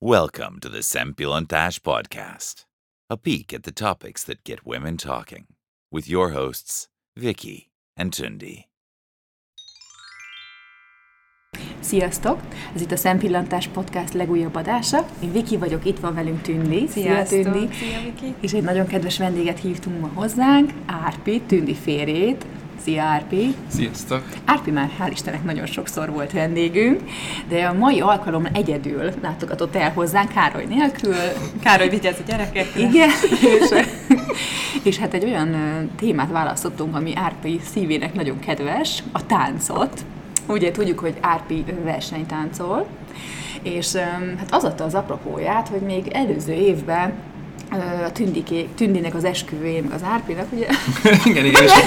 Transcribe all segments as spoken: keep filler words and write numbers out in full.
Welcome to the Szempillantás Podcast, a peek at the topics that get women talking, with your hosts, Vicky and Tündi. Sziasztok! Ez itt a Szempillantás Podcast legújabb adása. Én Viki vagyok, itt van velünk Tündi. Szia, Tündi! Szia, Viki! És egy nagyon kedves vendéget hívtunk ma hozzánk, Árpi, Tündi férjét. Szia, Árpi! Sziasztok! Árpi már hál' Istennek nagyon sokszor volt vendégünk, de a mai alkalommal egyedül látogatott el hozzánk, Károly nélkül. Károly vigyázz a gyerekekre! Igen, és, és hát egy olyan témát választottunk, ami Árpi szívének nagyon kedves, a táncot. Ugye tudjuk, hogy Árpi versenytáncol, és hát az adta az apropóját, hogy még előző évben a Tündiké, Tündinek az esküvőjén, meg az Árpinak, ugye? igen, igen, és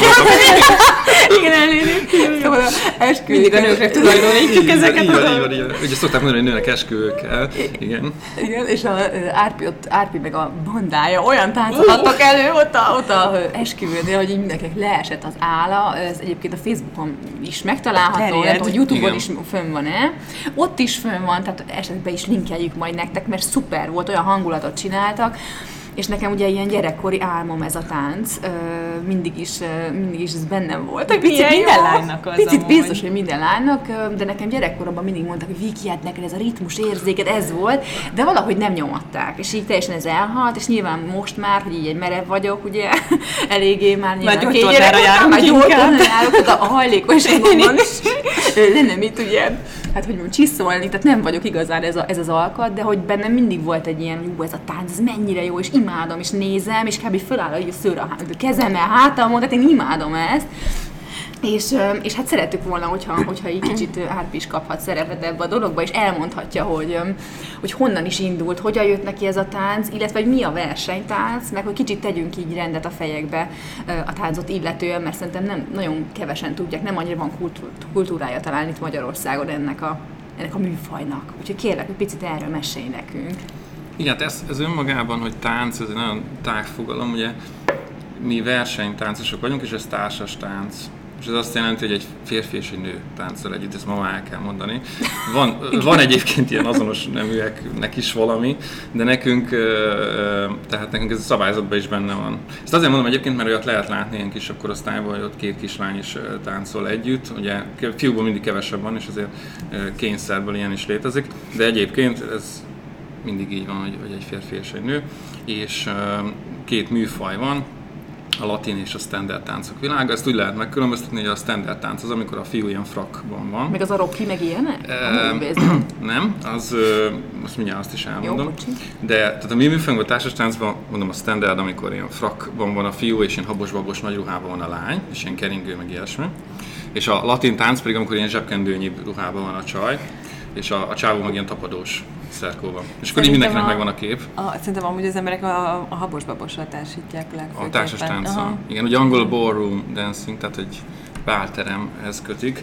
igen, elnézést. Szóval esküvőjén. Mindig a nőknek tulajdonítjuk ezeket. Így van, így van, így van. Ugye szokták mondani, hogy nőnek esküvőkkel. Igen. Igen, és a Árpi, ott, Árpi meg a bandája olyan táncot adtak elő ott a, ott a esküvőnél, hogy így mindenkinek leesett az álla. Ez egyébként a Facebookon is megtalálható, nem tudom, YouTube-on is fönn van-e. Ott is fönn van, tehát esetben is linkeljük majd nektek, mert szuper volt, olyan hangulatot csináltak. És nekem ugye ilyen gyerekkori álmom ez a tánc, mindig is, mindig is ez bennem volt. Picit Milyen minden jó. lánynak az Picit amúgy. Biztos, hogy minden lánynak, de nekem gyerekkoromban mindig mondtak, hogy Viki, hát neked ez a ritmus érzéked, ez volt, de valahogy nem nyomatták, és így teljesen ez elhalt, és nyilván most már, hogy így egy merev vagyok, ugye, eléggé már nyilván két gyerek, járunk már gyógytornára járok, a hajlékonyságomban is lenne mit ugye, hát hogy mondjam, csiszolni, tehát nem vagyok igazán ez, a, ez az alkat, de hogy bennem mindig volt egy ilyen, jó, ez a tánc, ez mennyire jó, és imádom, és nézem, és kb. Föláll a szőr a kezemmel, hátamon, tehát én imádom ezt. És, és hát szerettük volna, hogyha, hogyha így kicsit Árpi is kaphat szerepet ebbe a dologba, és elmondhatja, hogy, hogy honnan is indult, hogyan jött neki ez a tánc, illetve hogy mi a versenytánc, meg hogy kicsit tegyünk így rendet a fejekbe a táncot illetően, mert szerintem nem nagyon kevesen tudják, nem annyira van kultúr, kultúrája talán itt Magyarországon ennek a, ennek a műfajnak. Úgyhogy kérlek, hogy picit erről mesélj nekünk. Igen, hát ez, ez önmagában, hogy tánc, ez egy nagyon tág fogalom, ugye mi versenytáncosok vagyunk, és ez társas tánc. És ez azt jelenti, hogy egy férfi és egy nő táncol együtt, ezt ma már el kell mondani. Van, van egyébként ilyen azonos neműeknek is valami, de nekünk, tehát nekünk ez a szabályzatban is benne van. Ezt azért mondom egyébként, mert olyat lehet látni ilyen kisebb korosztályban, hogy ott két kislány is táncol együtt. Ugye fiúkból mindig kevesebb van, és azért kényszerből ilyen is létezik, de egyébként ez mindig így van, hogy egy férfi és egy nő, és két műfaj van, a latin és a standard táncok világa. Ezt úgy lehet megkülönböztetni, hogy a standard tánc az, amikor a fiú ilyen frakban van. Meg az a Rocky, meg ilyenek? E, nem, az, azt mindjárt azt is elmondom. Jó, de tehát a mi műfajunkban, a társas táncban, mondom a standard, amikor ilyen frakban van a fiú, és ilyen habos-babos nagy ruhában van a lány, és ilyen keringő, meg ilyesmi. És a latin tánc pedig, amikor ilyen zsebkendőnyi ruhában van a csaj, és a, a csávó meg ilyen tapadós szerkóban. És akkor így mindenkinek a, megvan a kép. A, szerintem amúgy az emberek a, a habos-babosra társítják legfőképpen. A társas tánccal. Igen, ugye angol ballroom dancing, tehát egy bálteremhez kötik,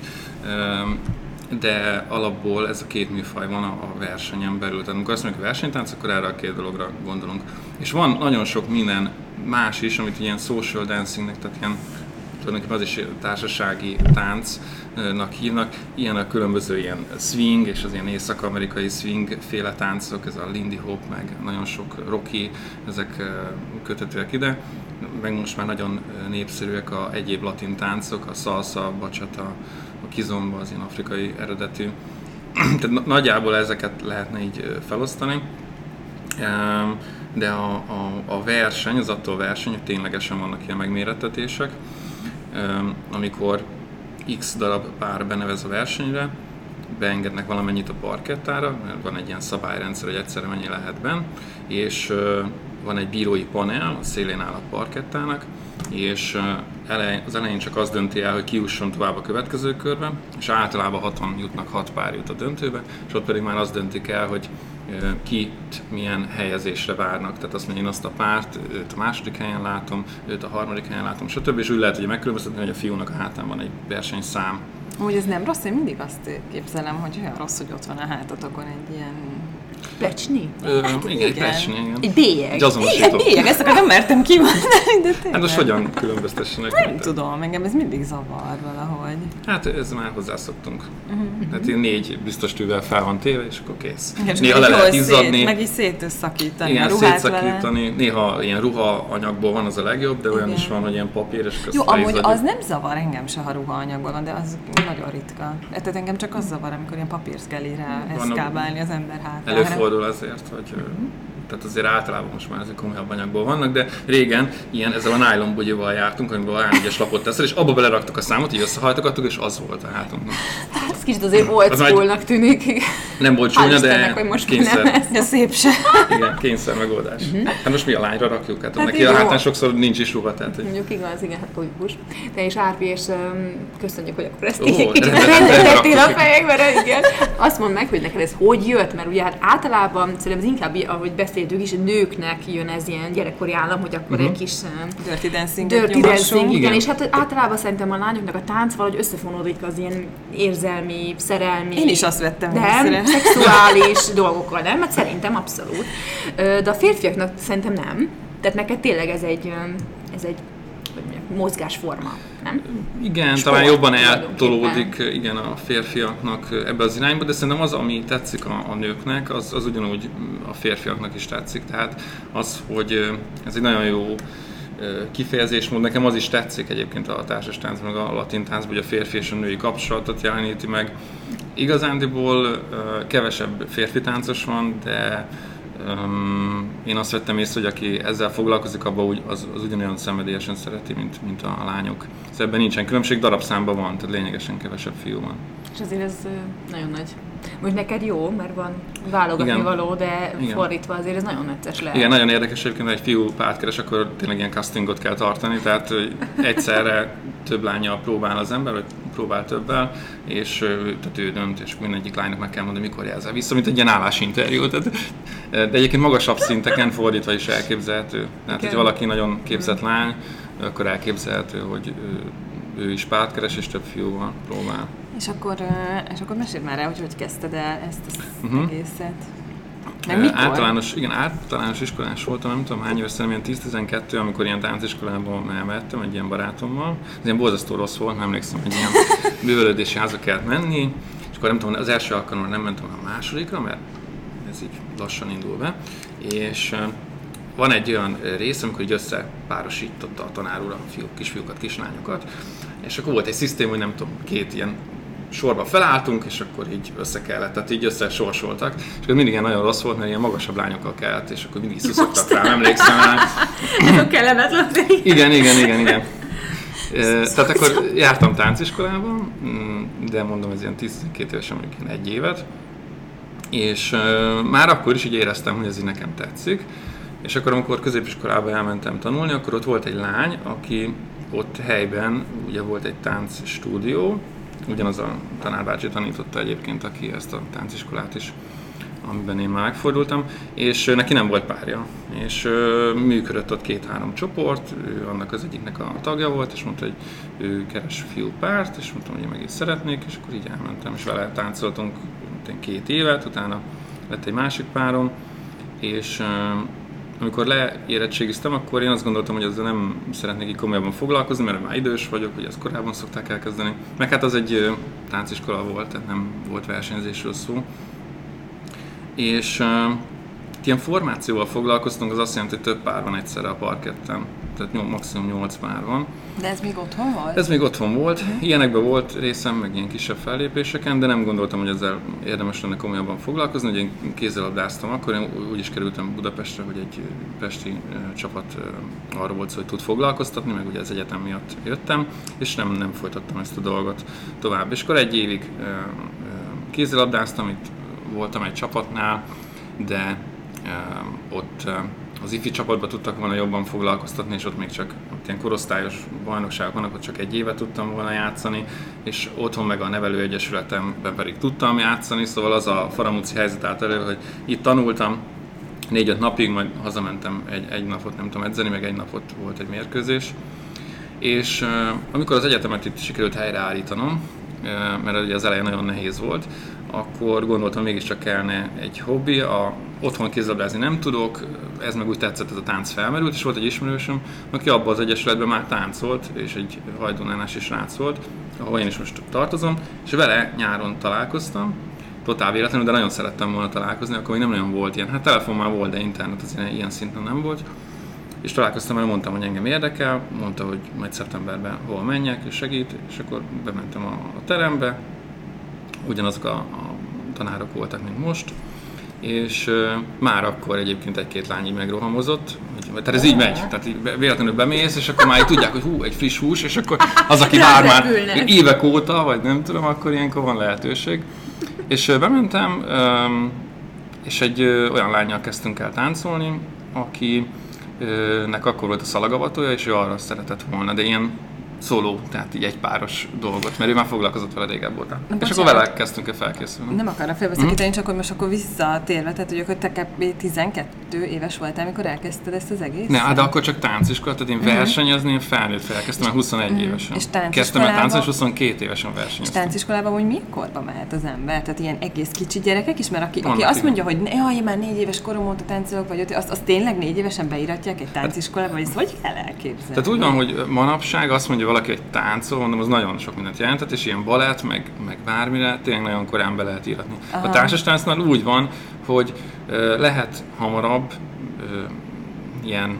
de alapból ez a két műfaj van a versenyen belül. Tehát amikor azt mondjuk versenytánc, akkor erre a két dologra gondolunk. És van nagyon sok minden más is, amit ilyen social dancingnek, tehát ilyen tulajdonképpen az is társasági táncnak hívnak. Ilyen a különböző ilyen swing és az ilyen észak-amerikai swing féle táncok, ez a Lindy Hop, meg nagyon sok Rocky, ezek köthetőek ide. Meg most már nagyon népszerűek a egyéb latin táncok, a salsa, a bachata, a kizomba, az ilyen afrikai eredetű. Tehát nagyjából ezeket lehetne így felosztani. De a, a, a verseny, az attól verseny, hogy ténylegesen vannak ilyen megmérettetések, amikor X darab pár benevez a versenyre, beengednek valamennyit a parkettára, mert van egy ilyen szabályrendszer, hogy egyszerre mennyi lehet benn, és van egy bírói panel, a szélén áll a parkettának, és az elején csak az dönti el, hogy ki jusson tovább a következő körbe, és általában hatan jutnak, hat pár jut a döntőbe, és ott pedig már azt döntik el, hogy kit milyen helyezésre várnak. Tehát azt mondja, én azt a párt, őt a második helyen látom, őt a harmadik helyen látom, stb. És úgy lehet ugye megkülönböztetni, hogy a fiúnak a hátán van egy versenyszám. Úgy ez nem rossz, én mindig azt képzelem, hogy olyan rossz, hogy ott van a hátotokon egy ilyen plecsni? Ö, igen, egy plecsni, igen. Egy bélyeg. Egy azonosító. Igen, bélyeg, ezt akkor nem mertem kimondani, de tényleg. Hát most hogyan különböztessenek? Nem tudom, engem ez mindig zavar valahogy. Hát ez már hozzászoktunk. Uh-huh. Tehát ilyen négy biztos tűvel fel van téve, és akkor kész. Igen, néha le lehet izzadni. Szét, meg is szétszakítani igen, a ruhát szétszakítani. Vele. Néha ilyen ruhaanyagból van az a legjobb, de olyan igen. is van, hogy ilyen papír, és jó, amúgy az nem zavar engem se, ha ruhaanyagból van, de az nagyon ritka. Tehát engem csak az zavar, amikor ilyen papírszkelire eszkábálni az ember hátára. Előfordul azért, hogy tehát azért általában most már ezek komolyabb anyagból vannak, de régen ilyen ezzel a nylon bugyival jártunk, amiben á négyes lapot teszel, és abba beleraktuk a számot, így összehajtogattuk, és az volt a hátunknak. Hát ez kicsit azért old schoolnak tűnik. Nem volt csúnya, de most kényszer. De szép se. Igen, kényszer megoldás. Uh-huh. Hát most mi a lányra rakjuk? Hát, hát neki a hátán sokszor nincs is ruha, tehát... Hogy... Mondjuk igaz, igen, hát logikus. De és Árpi, és um, köszönjük, hogy akkor ezt oh, így kicsit rendetettél a fejekbe, igen. Azt mondd meg, hogy neked ez hogy jött, mert ugye hát általában szerintem ez inkább, ahogy beszéltük is, nőknek jön ez ilyen gyerekkori állam, hogy akkor uh-huh. egy kis um, dirty dancing, dirty dancing, igen, igen, és hát általában szerintem a lányoknak a tánc valahogy összefonódik az ilyen érzelmi, szerelmi, én is azt vettem nem, szexuális dolgokkal, nem? Mert szerintem abszolút. De a férfiaknak szerintem nem. Tehát neked tényleg ez egy, ez egy mozgásforma, nem? Igen, sport, talán jobban eltolódik igen, a férfiaknak ebbe az irányba, de szerintem az, ami tetszik a, a nőknek, az, az ugyanúgy a férfiaknak is tetszik. Tehát az, hogy ez egy nagyon jó kifejezésmód, nekem az is tetszik egyébként a társas táncban, meg a latin táncban, hogy a férfi és a női kapcsolatot jeleníti meg. Igazándiból kevesebb férfi táncos van, de Um, én azt vettem észre, hogy aki ezzel foglalkozik, abban úgy, az, az ugyanolyan szenvedélyesen szereti, mint, mint a lányok. Szóval ebben nincsen különbség, darabszámban van, tehát lényegesen kevesebb fiú van. És azért ez nagyon nagy. Most neked jó, mert van válogatni való, de igen. Fordítva azért ez nagyon necces lehet. Igen, nagyon érdekes egyébként, ha egy fiú párt keres, akkor tényleg ilyen castingot kell tartani, tehát egyszerre több lányjal próbál az ember, vagy próbál többel, és tehát ő dönt, és mindegyik lánynak meg kell mondani, mikor jelzel vissza, mint egy ilyen állásinterjú. Tehát, de egyébként magasabb szinteken fordítva is elképzelhető. Tehát, hogy valaki nagyon képzett lány, akkor elképzelhető, hogy ő, ő is párt keres, és több fiúval próbál. És akkor, és akkor meséld már el, hogy hogy kezdted el ezt az uh-huh. egészet. Meg mikor? Általános, igen, általános iskolás voltam, nem tudom hány éves, szerintem ilyen tíz-tizenkettő, amikor ilyen tánciskolába elmentem egy ilyen barátommal. Ez ilyen borzasztó rossz volt, mert emlékszem, hogy ilyen bűvölődési házba kellett menni, és akkor nem tudom, az első alkalommal nem mentem a másodikra, mert ez így lassan indul be, és van egy olyan rész, amikor így összepárosította a tanár úr a fiúk, kisfiúkat, kislányokat, és akkor volt egy szisztém, hogy nem tudom, két ilyen sorba felálltunk, és akkor így össze kellett, tehát így összesorsoltak, és akkor mindig ilyen nagyon rossz volt, mert ilyen magasabb lányokkal kellett, és akkor mindig szuszogtak rám, emlékszem el. Ez a kellemetlen. Igen, igen, igen, igen. Tehát akkor jártam tánciskolában, de mondom, ez ilyen tíz-tizenkét évesen, mondjuk egy évet, és már akkor is így éreztem, hogy ez így nekem tetszik, és akkor amikor középiskolába elmentem tanulni, akkor ott volt egy lány, aki ott helyben, ugye volt egy táncstúdió, ugyanaz a tanárbácsi tanította egyébként, aki ezt a tánciskolát is, amiben én már megfordultam, és neki nem volt párja, és működött ott két-három csoport, ő annak az egyiknek a tagja volt, és mondta, hogy ő keres fiú párt, és mondtam, hogy én meg is szeretnék, és akkor így elmentem, és vele táncoltunk két évet, utána lett egy másik párom, és amikor leérettségiztem, akkor én azt gondoltam, hogy ezzel nem szeretnék így komolyabban foglalkozni, mert már idős vagyok, hogy ezt korábban szokták elkezdeni. Meg hát az egy tánciskola volt, tehát nem volt versenyzésről szó. És uh, ilyen formációval foglalkoztunk, az azt jelenti, hogy több pár van egyszerre a parketten. Tehát nyom, maximum nyolc pár van. De ez még otthon volt? Ez még otthon volt. Uh-huh. Ilyenekben volt részem, meg ilyen kisebb fellépéseken, de nem gondoltam, hogy ezzel érdemes lenne komolyabban foglalkozni. Ugye én kézilabdáztam akkor, én úgy is kerültem Budapestre, hogy egy pesti uh, csapat uh, arra volt szó, hogy tud foglalkoztatni, meg ugye az egyetem miatt jöttem, és nem, nem folytattam ezt a dolgot tovább. És akkor egy évig uh, uh, kézilabdáztam, itt voltam egy csapatnál, de uh, ott uh, az ifi csapatban tudtak volna jobban foglalkoztatni, és ott még csak ott ilyen korosztályos bajnokságok vannak, ott csak egy évet tudtam volna játszani, és otthon meg a nevelőegyesületemben pedig tudtam játszani, szóval az a faramúci helyzet állt elő, hogy itt tanultam négy-öt napig, majd hazamentem egy, egy napot nem tudom edzeni, meg egy napot volt egy mérkőzés. És uh, amikor az egyetemet itt sikerült helyreállítanom, mert ugye az elején nagyon nehéz volt, akkor gondoltam, mégiscsak kellene egy hobbi, a, otthon kézilabdázni nem tudok, ez meg úgy tetszett, ez a tánc felmerült, és volt egy ismerősöm, aki abban az egyesületben már táncolt, és egy hajdonánás is rác volt, ahol én is most tartozom, és vele nyáron találkoztam, totál véletlenül, de nagyon szerettem volna találkozni, akkor még nem nagyon volt ilyen, hát telefon már volt, de internet az ilyen szinten nem volt. És találkoztam vele, mondtam, hogy engem érdekel, mondta, hogy majd szeptemberben hol menjek, és segít, és akkor bementem a, a terembe, ugyanazok a, a tanárok voltak, mint most, és uh, már akkor egyébként egy-két lány így megrohamozott, hogy, tehát ez így megy, tehát így véletlenül bemész, és akkor már így tudják, hogy hú, egy friss hús, és akkor az, aki vár már évek óta, vagy nem tudom, akkor ilyenkor van lehetőség. És uh, bementem, um, és egy uh, olyan lánnyal kezdtünk el táncolni, aki nek akkor volt a szalagavatója, és ő arra szeretett volna, de ilyen szóló, tehát így egy páros dolgot, mert ő már foglalkozott vele régebb óta. És bocsánat, akkor vele kezdtünk el felkészülni. Nem akarok felveszekíteni, mm. csak hogy most akkor visszatérve, tehát hogy akkor te kb. tizenkettő éves voltál, amikor elkezdted ezt az egész? Ne, de akkor csak tánciskola, tehát én mm-hmm. versenyezni, én felnőtt felkezdtem már huszonegy mm-hmm. évesen. És kezdtem el táncolni, és huszonkettő évesen versenyeztem. És tánciskolában hogy milyen korban mehet az ember? Tehát ilyen egész kicsi gyerekek is, mert aki, aki azt mondja, hogy jaj, én már négy éves korom óta táncolok, vagy öt, azt, azt tényleg négy évesen beíratják egy tánciskolába, vagy ezt hogy kell elképzelni? Tehát úgy van, hogy manapság azt mondja valaki, hogy táncol, mondom, az nagyon sok mindent jelentett, és ilyen balett, meg, meg bármire tényleg nagyon korán be lehet íratni. Aha. A társastáncnál úgy van, hogy ö, lehet hamarabb ö, ilyen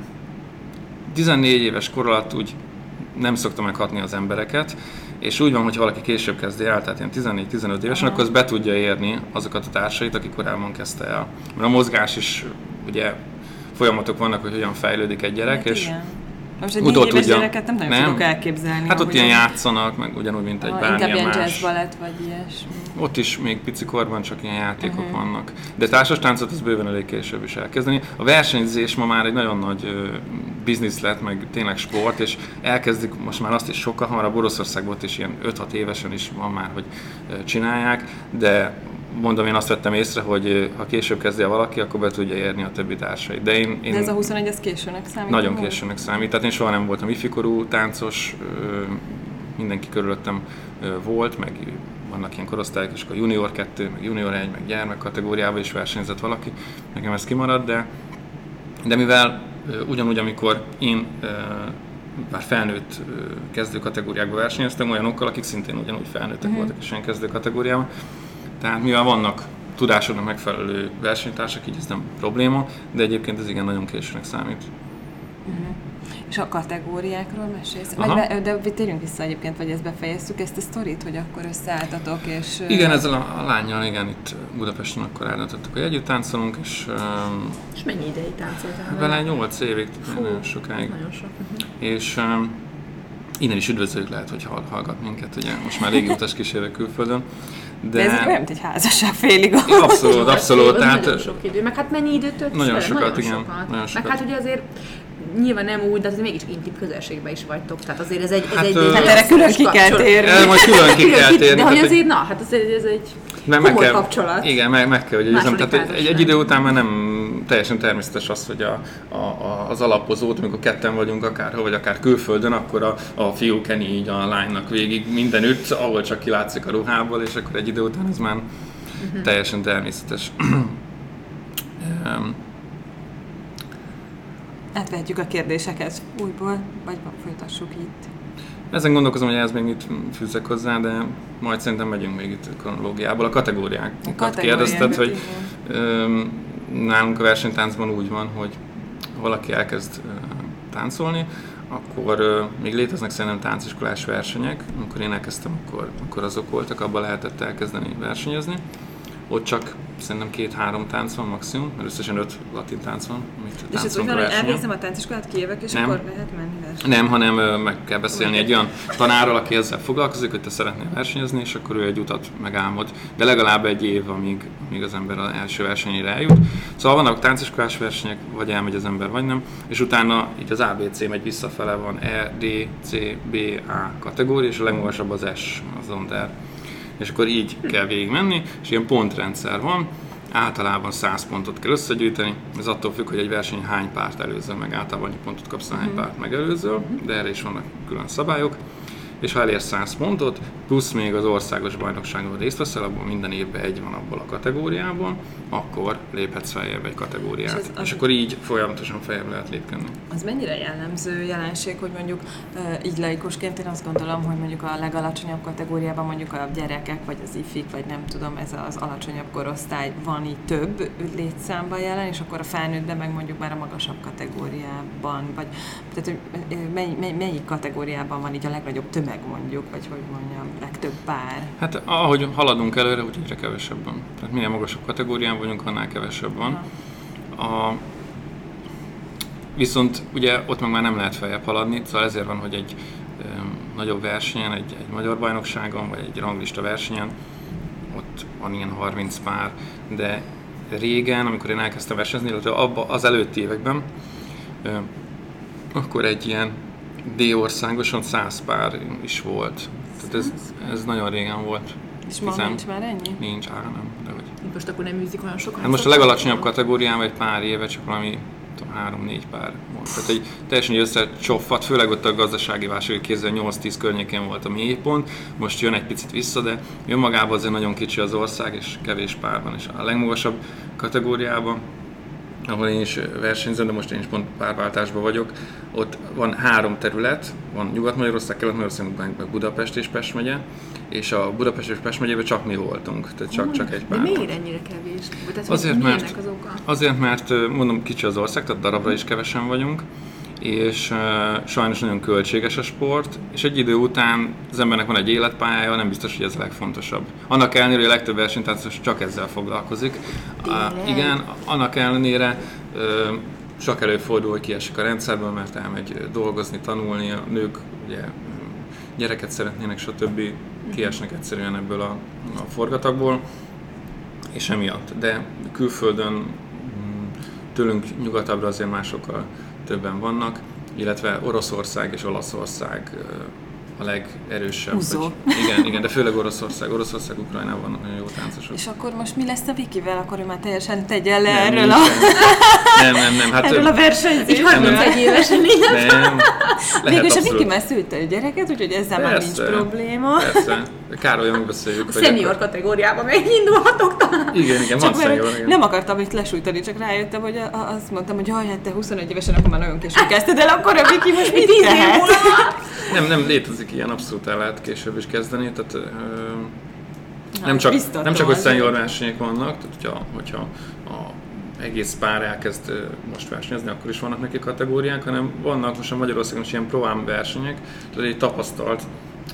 tizennégy éves kor alatt úgy nem szokta meghatni az embereket, és úgy van, hogy valaki később kezdi el, tehát ilyen tizennégy-tizenöt évesen, aha, akkor az be tudja érni azokat a társait, akik korábban kezdte el. Mert a mozgás is, ugye folyamatok vannak, hogy hogyan fejlődik egy gyerek, hát és igen. Most egy négy éves gyereket nem nagyon nem. tudok elképzelni. Hát ott ilyen játszanak, meg ugyanúgy, mint egy ah, bármilyen más. Inkább ilyen jazzbalett vagy ilyesmi. Ott is még pici korban csak ilyen játékok uh-huh. vannak. De társas táncot az bőven elég később is elkezdeni. A versenyzés ma már egy nagyon nagy uh, biznisz lett, meg tényleg sport, és elkezdik most már azt is sokkal hamarabb, Oroszországban is ilyen öt-hat évesen is van már, hogy uh, csinálják, de mondom, én azt vettem észre, hogy ha később kezdje valaki, akkor be tudja érni a többi társait. De, én, én De ez a huszonegy, ez későnek számít? Nagyon későnek számít. Tehát én soha nem voltam ifikorú táncos, mindenki körülöttem volt, meg vannak ilyen korosztályok, és akkor junior kettő, meg junior egy, meg gyermek kategóriában is versenyzett valaki. Nekem ez kimaradt, de, de mivel ugyanúgy, amikor én már felnőtt kezdő kategóriákban versenyeztem, olyanokkal, akik szintén ugyanúgy felnőttek uh-huh. voltak, és ilyen kezdő kategóriában. Tehát mivel vannak tudásodnak megfelelő versenytársak, így ez nem probléma, de egyébként ez igen nagyon későnek számít. Uh-huh. És a kategóriákról mesélsz? Vagy, de térjünk vissza egyébként, vagy ezt befejeztük, ezt a sztorit, hogy akkor összeálltatok, és... Igen, ezzel a, a lánnyal, igen, itt Budapesten akkor eldöntöttük, hogy együtt táncolunk, és... Um, és mennyi ideig táncoltál? Vele nyolc évig, nagyon sokáig. Nagyon sok. Uh-huh. És um, innen is üdvözlők lehet, hogy hallgat minket, ugye most már légiutas kísérő külföldön. De, de ez olyan, mint egy házasság félig. Abszolút, abszolút. Tehát nagyon sok idő. Meg hát mennyi időt töltesz Nagyon vele? sokat, nagyon igen. Sokat. Nagyon sokat. Meg hát ugye azért nyilván nem úgy, de azért mégis intim közösségben is vagytok. Tehát azért ez egy... Ez hát, egy, ö... hát erre külön ki kell térni. Erre majd külön ki kell térni. De hogy azért, na, hát ez, ez egy komoly kapcsolat. Igen, meg, meg kell, hogy egyezem. Tehát egy, egy idő után már nem teljesen természetes az, hogy a, a, az alapozót, amikor ketten vagyunk akárhol, vagy akár külföldön, akkor a, a fiú keni így a lánynak végig mindenütt, ahol csak kilátszik a ruhából, és akkor egy idő után ez már uh-huh. teljesen természetes. um, Átvehetjük a kérdéseket újból, vagy folytassuk itt. Ezen gondolkozom, hogy ez még mit fűzek hozzá, de majd szerintem megyünk még itt kronológiából. A kategóriákat kérdezted, hogy um, nálunk a versenytáncban úgy van, hogy ha valaki elkezd uh, táncolni, akkor uh, még léteznek szerintem tánciskolás versenyek. Amikor én elkezdtem, akkor, akkor azok voltak, abban lehetett elkezdeni versenyezni. Ott csak szerintem két-három tánc van maximum, mert összesen öt latin tánc van, amit és ez úgy van, hogy elvégzem a tánciskolát, kijövök, és nem. Akkor lehet menni versenyezni? Nem, hanem meg kell beszélni egy olyan tanárral, aki ezzel foglalkozik, hogy te szeretnél versenyezni, és akkor ő egy utat megálmod. De legalább egy év, amíg, amíg az ember az első versenyére eljut. Szóval vannak tánciskolás versenyek, vagy elmegy az ember, vagy nem, és utána így az á bé cé megy visszafele, van E, D, C, B, A kategória, és a legmagasabb az S, az onder. És akkor így kell végig menni, és ilyen pontrendszer van, általában száz pontot kell összegyűjteni, ez attól függ, hogy egy verseny hány párt előzöl meg, általában annyi pontot kapsz, hány párt megelőzöl, de erre is vannak külön szabályok, és ha elérsz száz pontot, plusz még az országos bajnokságon részt veszel, abban minden évben egy van abból a kategóriában, akkor léphetsz feljebb egy kategóriát. És, és akkor így folyamatosan feljebb lehet lépkedni. Az mennyire jellemző jelenség, hogy mondjuk így laikusként én azt gondolom, hogy mondjuk a legalacsonyabb kategóriában mondjuk a gyerekek, vagy az ifik, vagy nem tudom, ez az alacsonyabb korosztály van így több létszámban jelen, és akkor a felnőttben meg mondjuk már a magasabb kategóriában, vagy tehát, hogy mely, mely, melyik kategóriában van így a legnagyobb tömeg mondjuk, vagy hogy mondjam, legtöbb pár? Hát ahogy haladunk előre, úgy egyre kevesebb van. Tehát minél magasabb kategóriában vagyunk, annál kevesebb van. A, viszont ugye ott meg már nem lehet feljebb haladni, szóval ezért van, hogy egy ö, nagyobb versenyen, egy, egy magyar bajnokságon, vagy egy ranglista versenyen, ott van ilyen harminc pár, de régen, amikor én elkezdtem versenyezni, illetve abba, az előtti években, ö, akkor egy ilyen D-országoson száz pár is volt. Tehát ez, ez nagyon régen volt. És ma nincs már ennyi? Nincs, ára nem. De hogy. Most akkor nem űzik olyan sokan. Hát most a legalacsonyabb kategóriában egy pár éve csak valami három-négy pár volt. Tehát egy teljesen összecsoffadt, főleg ott a gazdasági válság, kétezer-nyolc-tíz környékén volt a mélypont, most jön egy picit vissza, de önmagában azért nagyon kicsi az ország, és kevés pár van. És a legmagasabb kategóriában, ahol én is versenyzem, de most én is pont párváltásban vagyok, ott van három terület, van Nyugat-Magyarország, Kelet-Magyarország, meg Budapest és Pest megye, és a Budapest és Pest megyében csak mi voltunk, tehát csak, csak egy pár. De miért ennyire kevés? Tehát, azért, mert, az oka? azért, mert mondom, kicsi az ország, tehát darabra is kevesen vagyunk, és uh, sajnos nagyon költséges a sport, és egy idő után az embernek van egy életpályája, nem biztos, hogy ez a legfontosabb. Annak ellenére, hogy a legtöbb versenytáncos csak ezzel foglalkozik. Uh, igen, annak ellenére uh, sok előfordul, hogy kiesik a rendszerből, mert elmegy dolgozni, tanulni, a nők ugye, gyereket szeretnének, stb. Kiesnek egyszerűen ebből a, a forgatagból, és emiatt. De külföldön tőlünk nyugatabbra azért másokkal többen vannak, illetve Oroszország és Olaszország a legerősebb. Hogy, igen, igen, de főleg Oroszország, Oroszország, Ukrajnában vannak nagyon jó táncosok. És akkor most mi lesz a Vikivel? Akkor ő már teljesen tegye le nem, erről a... Nem, nem, nem. Hát erről a versenyzésről. harmincegy évesen így. Nem. Végülis a Viki már szülte a gyereket, úgyhogy ezzel persze, már nincs probléma. Persze. Károly, megbeszéljük. A szenior kategóriában megindulhatok talán. Igen, igen, van szenior. Nem akartam itt lesújtani, csak rájöttem, hogy a, a, azt mondtam, hogy jaj, hát te huszonegy évesen, akkor már nagyon később kezdted el, akkor a Viki most mit tehet? Nem, nem létezik ilyen, abszolút el lehet később is kezdeni, tehát ö, hát, nem, csak, nem csak, hogy szenior versenyek vannak, tehát hogyha, hogyha a egész pár elkezd most versenyezni, akkor is vannak neki kategóriák, hanem vannak most a Magyarországon is ilyen pro-am versenyek, tehát egy tapasztalt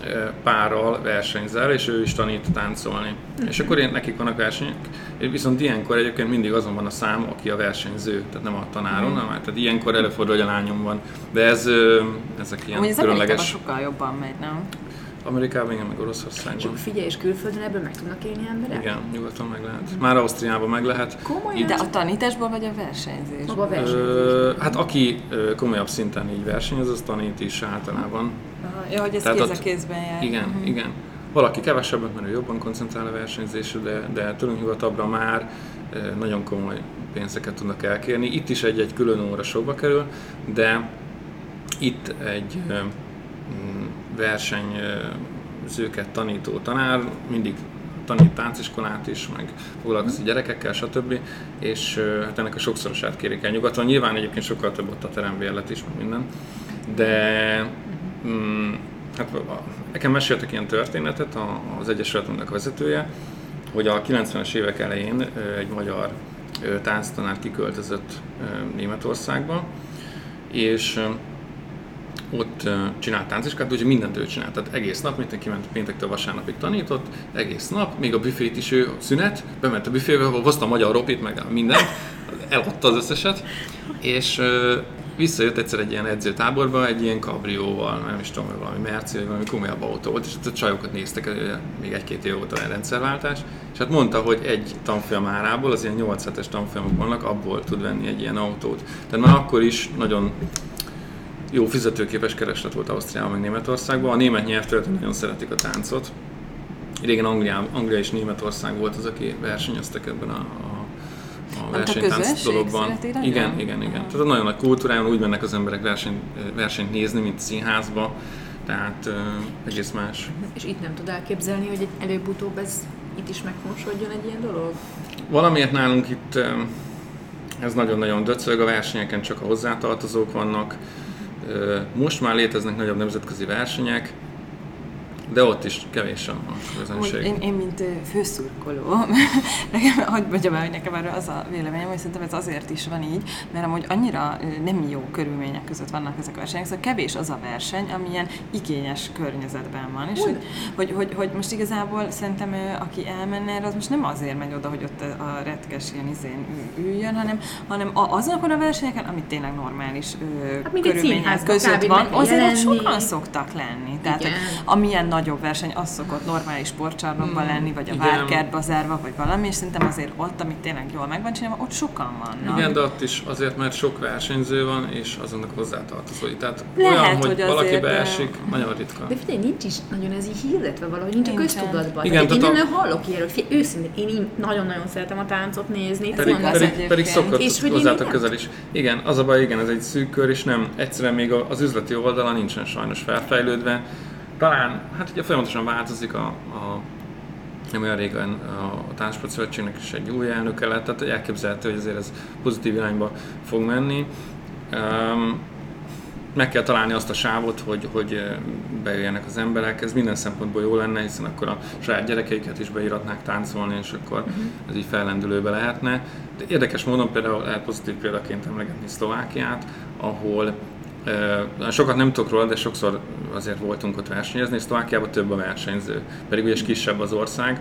párral versenyzel, és ő is tanít táncolni. Mm-hmm. És akkor én, nekik vannak versenyek, viszont ilyenkor egyébként mindig azon van a szám, aki a versenyző, tehát nem a tanáron, mm-hmm. hanem, tehát ilyenkor előfordul, hogy a lányom van. De ez, ezek ilyen amúgy különleges... az sokkal jobban megy, nem? Amerikában, igen, meg Oroszországban. Csak figyelj, és külföldön ebből meg tudnak élni emberek? Igen, nyugaton meg lehet. Már Ausztriában meg lehet. Komolyan? De a tanításból vagy a versenyzés? Maga a versenyzés. Ö, hát aki ö, komolyabb szinten így versenyez, az tanít is általában. Aha, ja, hogy ez kéz a kézben jár. Igen, uh-huh. igen. Valaki kevesebbet, mert ő jobban koncentrál a versenyzésre, de, de tőlünk nyugatabbra már ö, nagyon komoly pénzeket tudnak elkérni. Itt is egy-egy külön óra sokba kerül, de itt egy ö, verseny ö, zőket tanító tanár, mindig tanít tánciskolát is, meg foglalkozik gyerekekkel, stb. És hát ennek a sokszorosát kérik el nyugaton. Nyilván egyébként sokkal több ott a terembérlet is, meg minden. De mm, hát nekem meséltek ilyen történetet az Egyesületünknek vezetője, hogy a kilencvenes évek elején egy magyar tánctanár kiköltözött Németországba, és ott uh, csinált tánciskát, úgyhogy mindent ő csinált, tehát egész nap, mint kiment péntektől vasárnapig tanított, egész nap, még a büfét is ő szünet, bement a büfébe, ahol hozta a magyar ropit, meg mindent, eladta az összeset, és uh, visszajött egyszer egy ilyen edzőtáborba, egy ilyen kabrióval, nem is tudom, valami Merci, vagy valami komolyabb autó volt, és a csajokat néztek, még egy-két év volt a rendszerváltás, és hát mondta, hogy egy tanfolyam árából, az ilyen nyolc hetes tanfolyamok vannak, abból tud venni egy ilyen autót. Tehát már akkor is nagyon jó fizetőképes kereslet volt Ausztriában, meg Németországban. A német nyelvterületen nagyon szeretik a táncot. Régen Anglia, Anglia és Németország volt az, aki versenyeztek ebben a, a, a versenytánc dologban. Igen, igen, igen, igen. Tehát nagyon nagy kultúrában úgy mennek az emberek verseny, versenyt nézni, mint színházba. tehát uh, egész más. És itt nem tud elképzelni, hogy egy előbb-utóbb ez itt is megfonsodjon egy ilyen dolog? Valamiért nálunk itt uh, ez nagyon-nagyon döcög, a versenyeken csak a hozzátartozók vannak. Uh, most már léteznek nagyobb nemzetközi versenyek, de ott is kevésen van közönség. Én, én, mint főszurkoló, nekem, hogy mondjam el, hogy nekem erről az a véleményem, hogy szerintem ez azért is van így, mert amúgy annyira nem jó körülmények között vannak ezek a versenyek, szóval kevés az a verseny, amilyen igényes környezetben van, és hogy, hogy, hogy, hogy most igazából szerintem aki elmenne erre, az most nem azért megy oda, hogy ott a retkes ilyen izén üljön, hanem, hanem azokon a versenyeken, amit tényleg normális hát, körülmények között van, azért sokan szoktak lenni. Tehát, hogy amilyen nagyobb verseny, az szokott normális sportcsarnokban hmm. lenni, vagy a Várkertbe zárva, vagy valami, és szerintem azért ott, amit tényleg jól meg van csinálva, ott sokan vannak. Igen, de ott is azért, mert sok versenyző van, és azonnak hozzátartozói. Tehát lehet, olyan, hogy, hogy valaki azért, beesik, de... nagyon ritka. De figyelj, nincs is nagyon ez így hirdetve valahogy, nincs Nincsen. a köztudatban. Igen, tehát én a... nem hallok ilyenről. Figyelj, őszintén, én nagyon-nagyon szeretem a táncot nézni. Pedig, pedig, pedig szokott és hozzátok közel is. Igen, az a baj, igen, ez egy szűk kör, és nem, egyszerűen még az üzleti oldala nincsen sajnos felfejlődve. Talán, hát ugye folyamatosan változik a, a nem olyan régen a Táncsport Szövetségnek is egy új elnöke lett, tehát elképzelhető, hogy azért ez pozitív irányba fog menni. Um, meg kell találni azt a sávot, hogy, hogy bejöjjenek az emberek, ez minden szempontból jó lenne, hiszen akkor a saját gyerekeiket is beíratnák táncolni, és akkor uh-huh. ez így fellendülőbe lehetne. De érdekes módon például lehet pozitív példaként emlegetni Szlovákiát, ahol Uh, sokat nem tudok róla, de sokszor azért voltunk ott versenyezni, és Szlovákiában több a versenyző, pedig ugye kisebb az ország,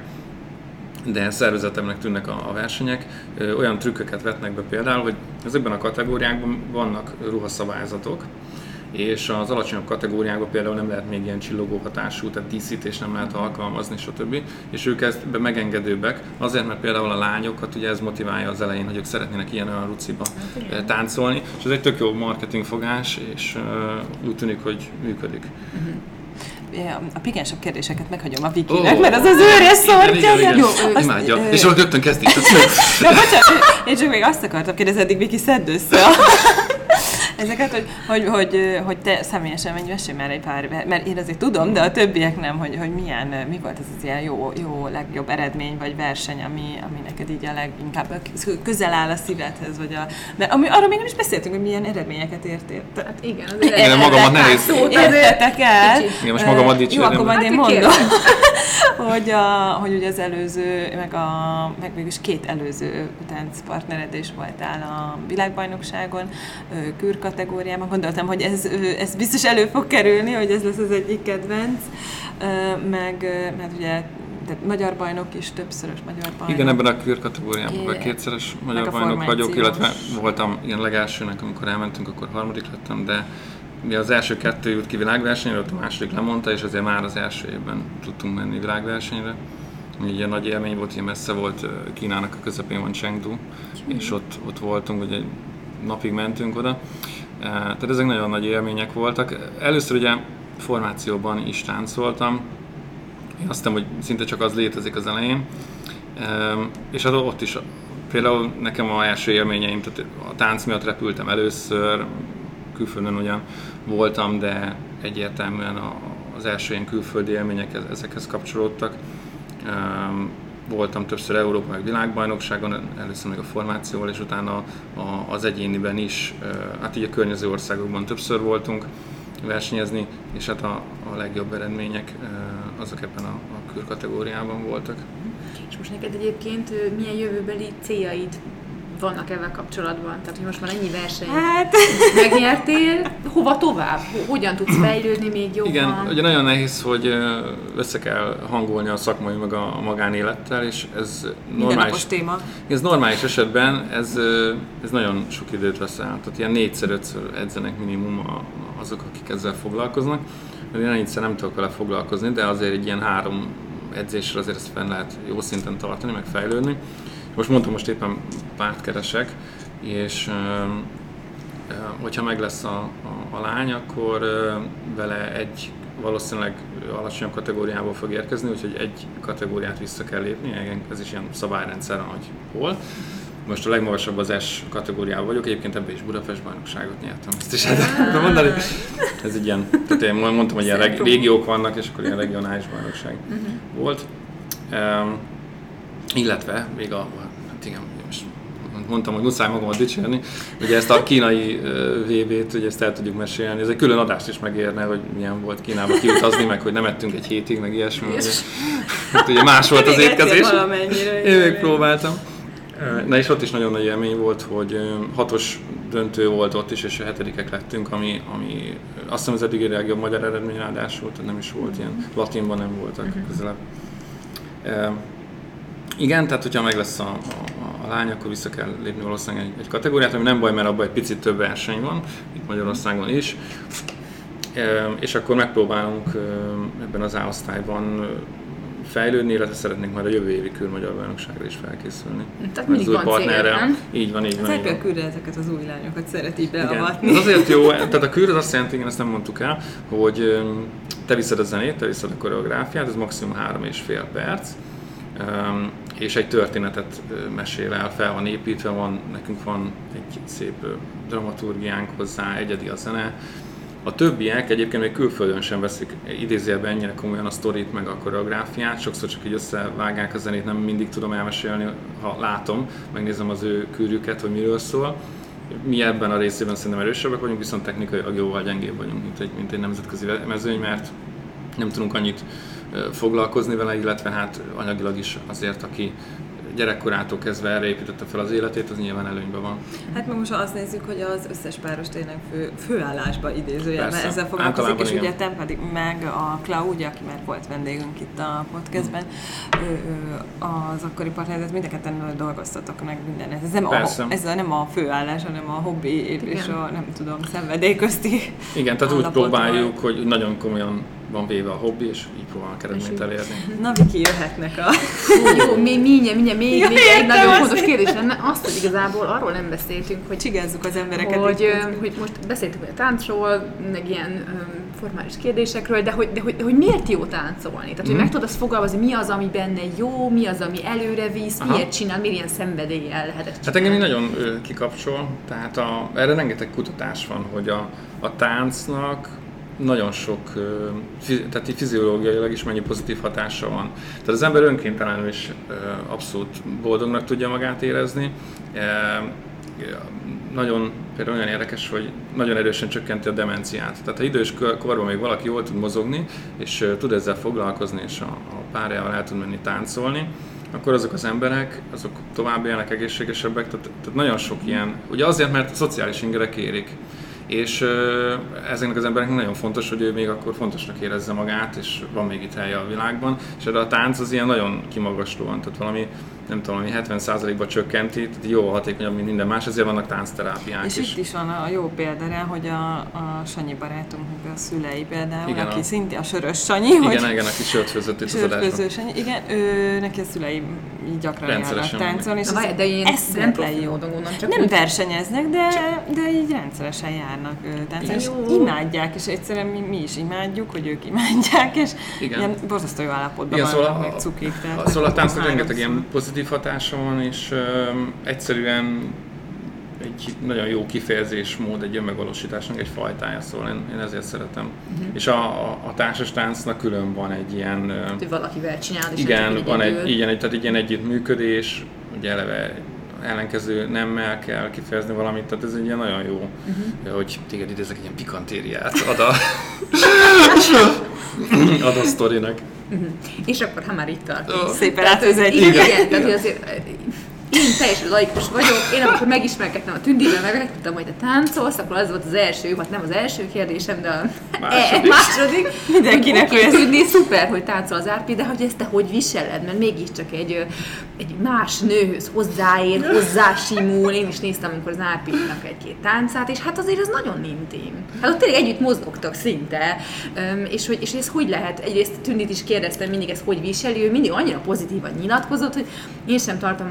de szervezetemnek tűnnek a, a versenyek. Uh, olyan trükköket vetnek be például, hogy ezekben a kategóriákban vannak ruhaszabályzatok, és az alacsonyabb kategóriákban például nem lehet még ilyen csillogó hatású, tehát díszítés nem lehet alkalmazni, stb. És ők ezt megengedőbbek, azért, mert például a lányokat ugye ez motiválja az elején, hogy ők szeretnének ilyen-olyan ruciba hát, táncolni, és ez egy tök jó marketingfogás, és uh, úgy tűnik, hogy működik. Uh-huh. A pigensabb kérdéseket meghagyom a Vikinek, oh, mert az az őre szortja. Imádja. És ott rögtön kezdik. De bocsánat, én csak még azt akartam kérdezni, eddig Viki, szedd össze ezeket, hogy, hogy, hogy, hogy te személyesen menj, mesélj már egy pár, mert én azért tudom, de a többiek nem, hogy, hogy milyen, mi volt ez az ilyen jó, jó, legjobb eredmény, vagy verseny, ami, ami neked így a leginkább közel áll a szívedhez, vagy a, mert ami, arra még nem is beszéltünk, hogy milyen eredményeket értél. Hát igen, az igen, én magamat nehéz. Értetek el. Igen, most magamat dicsérem. Jó, akkor majd én mondom, hogy, a, hogy ugye az előző, meg, a, meg mégis két előző táncpartnered is voltál a világbajnokságon, kür kategóriában. Gondoltam, hogy ez, ez biztos elő fog kerülni, hogy ez lesz az egyik kedvenc. Meg, mert ugye tehát magyar bajnok is, többszörös magyar bajnok. Igen, ebben a kür kategóriában é, kétszeres magyar bajnok vagyok, illetve voltam ilyen legelsőnek, amikor elmentünk, akkor harmadik lettem, de mi az első kettő jut ki világversenyre, ott a második lemondta, és azért már az első évben tudtunk menni világversenyre. Így egy nagy élmény volt, ilyen messze volt, Kínának a közepén van Chengdu, és ott, ott voltunk, ugye napig mentünk oda. Tehát ezek nagyon nagy élmények voltak. Először ugye formációban is táncoltam. Én azt hiszem, hogy szinte csak az létezik az elején. És ott is például nekem az első élményeim, tehát a tánc miatt repültem először, külföldön ugyan voltam, de egyértelműen az első ilyen külföldi élmények ezekhez kapcsolódtak. Voltam többször Európa meg világbajnokságon, először még a formációval, és utána az egyéniben is, hát így a környező országokban többször voltunk versenyezni, és hát a, a legjobb eredmények azok ebben a, a kür kategóriában voltak. És most neked egyébként milyen jövőbeli céljaid vannak ezzel kapcsolatban? Tehát, hogy most már ennyi versenyt hát. megnyertél, hova tovább? Hogyan tudsz fejlődni még jobban? Igen, ugye nagyon nehéz, hogy össze kell hangolni a szakmai meg a magánélettel, és ez normális, téma. Ez normális esetben ez, ez nagyon sok időt vesz el. Tehát ilyen négyszer-ötször edzenek minimum azok, akik ezzel foglalkoznak. Én egyszer nem tudok vele foglalkozni, de azért egy ilyen három edzésre azért ezt fenn lehet jó szinten tartani, meg fejlődni. Most mondtam, most éppen párt keresek, és hogyha meg lesz a, a, a lány, akkor vele egy valószínűleg alacsonyabb kategóriából fog érkezni, úgyhogy egy kategóriát vissza kell lépni, ez is ilyen szabályrendszer, hogy hol. Most a legmagasabb az S kategóriában vagyok, egyébként ebben is Budapest bajnokságot nyertem, ezt is el tudom mondani. Ez egy ilyen, tehát én mondtam, hogy ilyen reg- régiók vannak, és akkor ilyen regionális bajnokság uh-huh. volt. Um, illetve még a, hát igen, most mondtam, hogy muszáj magamat dicsérni, ugye ezt a kínai vé bét, ugye ezt el tudjuk mesélni, ez egy külön adást is megérne, hogy milyen volt Kínába kiutazni, meg hogy nem ettünk egy hétig, meg ilyesmi. Ugye, hát ugye más volt az étkezés. Én még próbáltam. Na és ott is nagyon nagy élmény volt, hogy hatos döntő volt ott is, és a hetedikek lettünk, ami, ami azt hiszem az eddigi legjobb magyar eredmény ráadásul, tehát nem is volt ilyen, latinban nem voltak közelebb. E, igen, tehát hogyha meg lesz a, a, a lány, akkor vissza kell lépni valószínűleg egy, egy kategóriát, ami nem baj, mert abban egy picit több verseny van, itt Magyarországon is. E, és akkor megpróbálunk ebben az A-osztályban fejlődni, illetve szeretnénk majd a jövő évi külmagyar bajnokságra is felkészülni. Tehát mindig van célja, nem? Így van, így van. Hát a Kürre ezeket az új lányokat szereti beavatni. Ez azért jó, tehát a Kür az azt jelenti, igen, ezt nem mondtuk el, hogy te viszed a zenét, te viszed a koreográfiát, ez maximum három és fél perc, és egy történetet mesél el, fel van építve, van, nekünk van egy szép dramaturgiánk hozzá, egyedi a zene. A többiek egyébként még külföldön sem veszik idézőjelben ennyire komolyan a sztorit meg a koreográfiát, sokszor csak így összevágják a zenét, nem mindig tudom elmesélni, ha látom, megnézem az ő kürjüket, hogy miről szól. Mi ebben a részében szerintem erősebbek vagyunk, viszont technikailag jóval gyengébb vagyunk, mint egy, mint egy nemzetközi mezőny, mert nem tudunk annyit foglalkozni vele, illetve hát anyagilag is azért, aki gyerekkorától kezdve erre építette fel az életét, az nyilván előnyben van. Hát meg most azt nézzük, hogy az összes páros tényleg fő, főállásba idézőjelben ezzel foglalkozik, és ugye te pedig meg a Claudia, aki már volt vendégünk itt a podcastben, ő, ő, az akkori partneredet mind a ketten dolgoztatok meg minden. Ez nem, a, ez nem a főállás, hanem a hobbi és a nem tudom, szenvedély közti. Igen, tehát úgy próbáljuk, van. Hogy nagyon komolyan van véve a hobbi, és így próbálnak eredményt elérni. Na, Viki, jöhetnek a... Jó, mi, mindjárt, mindjárt, még, ja, még egy nagyon fontos kérdés lenne, azt, hogy igazából arról nem beszéltünk, hogy csigázzuk az embereket. Hogy, hogy most beszéltünk a táncról, meg ilyen um, formális kérdésekről, de hogy, de hogy, hogy miért jó táncolni? Tehát, hogy mm. meg tudod azt fogalmazni, mi az, ami benne jó, mi az, ami előre visz, Aha. miért csinál, miért ilyen szenvedéllyel lehetett csinálni? Hát engem nagyon ö, kikapcsol, tehát a, erre rengeteg kutatás van, hogy a, a táncnak nagyon sok, tehát így fiziológiailag is mennyi pozitív hatása van. Tehát az ember önkéntelenül is abszolút boldognak tudja magát érezni. Nagyon például olyan érdekes, hogy nagyon erősen csökkenti a demenciát. Tehát ha idős korban még valaki jól tud mozogni, és tud ezzel foglalkozni, és a, a párjával el tud menni táncolni, akkor azok az emberek, azok tovább élnek, egészségesebbek. Tehát, tehát nagyon sok ilyen, ugye azért, mert szociális ingerek érik. És uh, ezeknek az embereknek nagyon fontos, hogy ő még akkor fontosnak érezze magát, és van még itt helye a világban, és erre a tánc az ilyen nagyon kimagaslóan, tehát valami, nem tudom, valami hetven százalékba csökkenti, tehát jó hatékonyabb, mint minden más, ezért vannak táncterápiák és is. És itt is van a jó példa rá, hogy a, a Sanyi barátunknak a szülei például, igen, aki a... szintén a Sörös Sanyi, igen, hogy... Igen, igen, aki sört főzött itt az adásban. Sanyi, igen, ő, neki a szülei gyakran járnak táncolni, és de én nem profi módon gondolom, csak nem versenyeznek, de, de így rendszeresen járnak táncolni, és imádják, és egyszerűen mi, mi is imádjuk, hogy ők imádják, és igen. Ilyen borzasztó jó állapotban igen, vannak, szóval még cukik. A, szóval a táncnak rengeteg ilyen pozitív hatása van, és um, egyszerűen egy nagyon jó kifejezésmód egy önmegvalósításnak egy fajtája, szóval én, én ezért szeretem. Uh-huh. És a, a, a társas táncnak külön van egy ilyen... Hogy valakivel csinálod, és igen, van egy, igen, tehát egy ilyen együttműködés, ugye eleve ellenkező nemmel kell kifejezni valamit, tehát ez egy ilyen nagyon jó, uh-huh. hogy téged idézek egy ilyen pikantériát ad a, ad a sztorinak. Uh-huh. És akkor, ha már itt tartunk. Oh. Szépen átőzett. Igen, igen, tehát azért én teljesen laikus vagyok, én amikor megismerkedtem a Tündivel, megtudtam, hogy te táncolsz, akkor az volt az első, hát nem az első kérdésem, de a második. második Mindenkinek hogy Tündi, szuper, hogy táncol az Árpi, de hogy ezt te hogy viseled, mert mégiscsak egy, egy más nőhöz hozzáér, hozzásimul. Én is néztem, amikor az Árpinak egy-két táncát, és hát azért ez nagyon intim. Hát ott tényleg együtt mozogtak szinte, és hogy és ez hogy lehet, egyrészt Tündit is kérdeztem mindig, ez hogy viseli, ő mindig annyira pozitívan nyilatkozott, hogy én sem tartom magam egy nagyon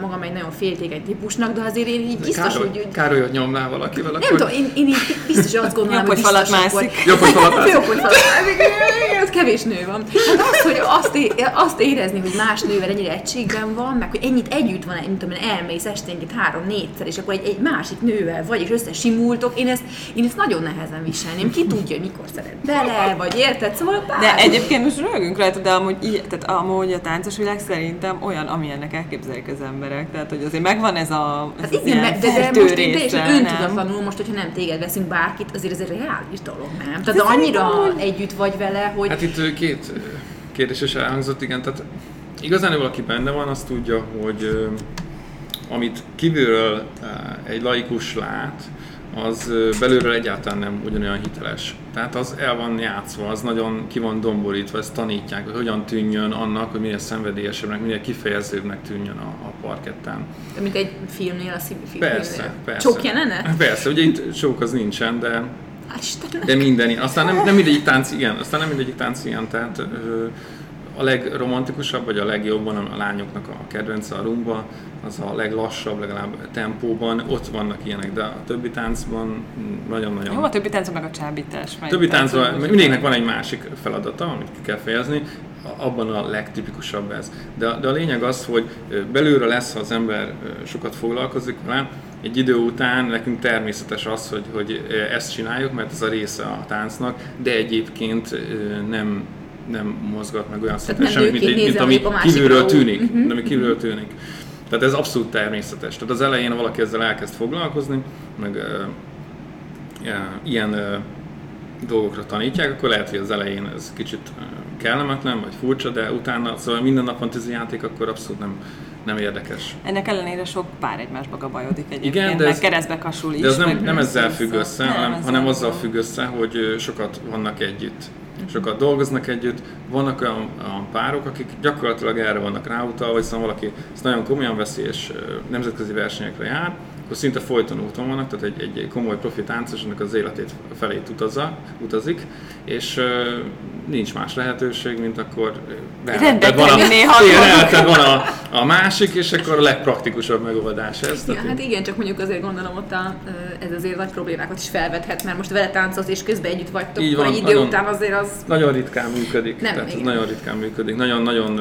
nagyon féltékeny típusnak, de azért én így biztos, Károly, hogy... Károlyot nyomnál valakivel, Nem akkor... tudom, én, én így biztos azt gondolom, Jobb, hogy falat mászik. Jobb, hogy falat mászik. Jobb, hogy falat mászik. Az kevés nő van. Hát az, hogy azt, é- azt érezni, hogy más nővel ennyire egységben van, meg hogy ennyit együtt van, mint tudom, elmész esténként három-négyszer, és akkor egy, egy másik nővel vagy, és összesimultok, én ezt, én ezt nagyon nehezen viselném. Ki tudja, hogy mikor szeret bele, vagy érted, szóval bár... De egyébként most röhögünk rajta, de amúgy, így, tehát amúgy a táncos világ szerintem olyan, amilyennek elképzelik az emberek. Tehát, hogy azért megvan ez a ez Hát az igen, ilyen de, de fertő most én része, teljesen nem? öntudatlanul, most, hogyha nem téged veszünk bárkit, azért ez egy reális dolog, nem? Tehát annyira együtt vagy vele, hogy... Hát itt két kérdés is elhangzott, igen, tehát igazán, hogy valaki benne van, azt tudja, hogy amit kívülről egy laikus lát, az belülről egyáltalán nem ugyanolyan hiteles. Tehát az el van játszva, az nagyon ki van domborítva, ezt tanítják, hogy hogyan tűnjön annak, hogy minél szenvedélyesebbnek, minél kifejezőbbnek tűnjön a, a parkettán. Mint egy filmnél, a filmnél. Persze, persze. Csók jelenet? Persze, ugye itt csók az nincsen, de, Istenem. de minden. Aztán nem, nem mindegyik tánc ilyen, aztán nem mindegyik tánc ilyen, tehát ö, a legromantikusabb, vagy a legjobban a lányoknak a kedvence a rumba, az a leglassabb, legalább tempóban, ott vannak ilyenek, de a többi táncban nagyon-nagyon... Jó, a többi táncban meg a csábítás. A többi táncban mindegyiknek van egy másik feladata, amit ki kell fejezni, abban a legtipikusabb ez. De, de a lényeg az, hogy belülről lesz, ha az ember sokat foglalkozik vele, egy idő után nekünk természetes az, hogy, hogy ezt csináljuk, mert ez a része a táncnak, de egyébként nem nem mozgat meg olyan szinten semmit, mint, mint, mint ami kívülről tűnik, uh-huh. ami kívülről tűnik. Tehát ez abszolút természetes. Tehát az elején, ha valaki ezzel elkezd foglalkozni, meg uh, uh, ilyen uh, dolgokra tanítják, akkor lehet, hogy az elején ez kicsit uh, kellemetlen, vagy furcsa, de utána, szóval minden nap fantasy játék, akkor abszolút nem, nem érdekes. Ennek ellenére sok pár egymásba gabajodik egyébként, igen, de meg ez, keresztbe kasul is. de ez nem, nem ezzel függ össze, nem, hanem, ezzel hanem azzal függ össze, hogy sokat vannak együtt. Sokat dolgoznak együtt, vannak olyan, olyan párok, akik gyakorlatilag erre vannak ráutalva, hiszen valaki ezt nagyon komolyan veszi és nemzetközi versenyekre jár, akkor szinte folyton úton vannak, tehát egy, egy komoly profi táncosnak az életét felét utazza, utazik, és uh, nincs más lehetőség, mint akkor rendet van, a, igen, van a, a másik, és akkor a legpraktikusabb megoldás ez. Ja, hát igen, csak mondjuk azért gondolom ott a, ez azért nagy problémákat is felvethet, mert most vele táncolsz és közben együtt vagytok, így van, egy idő nagyon, után azért az... Nagyon ritkán működik, nem, tehát igen. nagyon ritkán működik, nagyon-nagyon...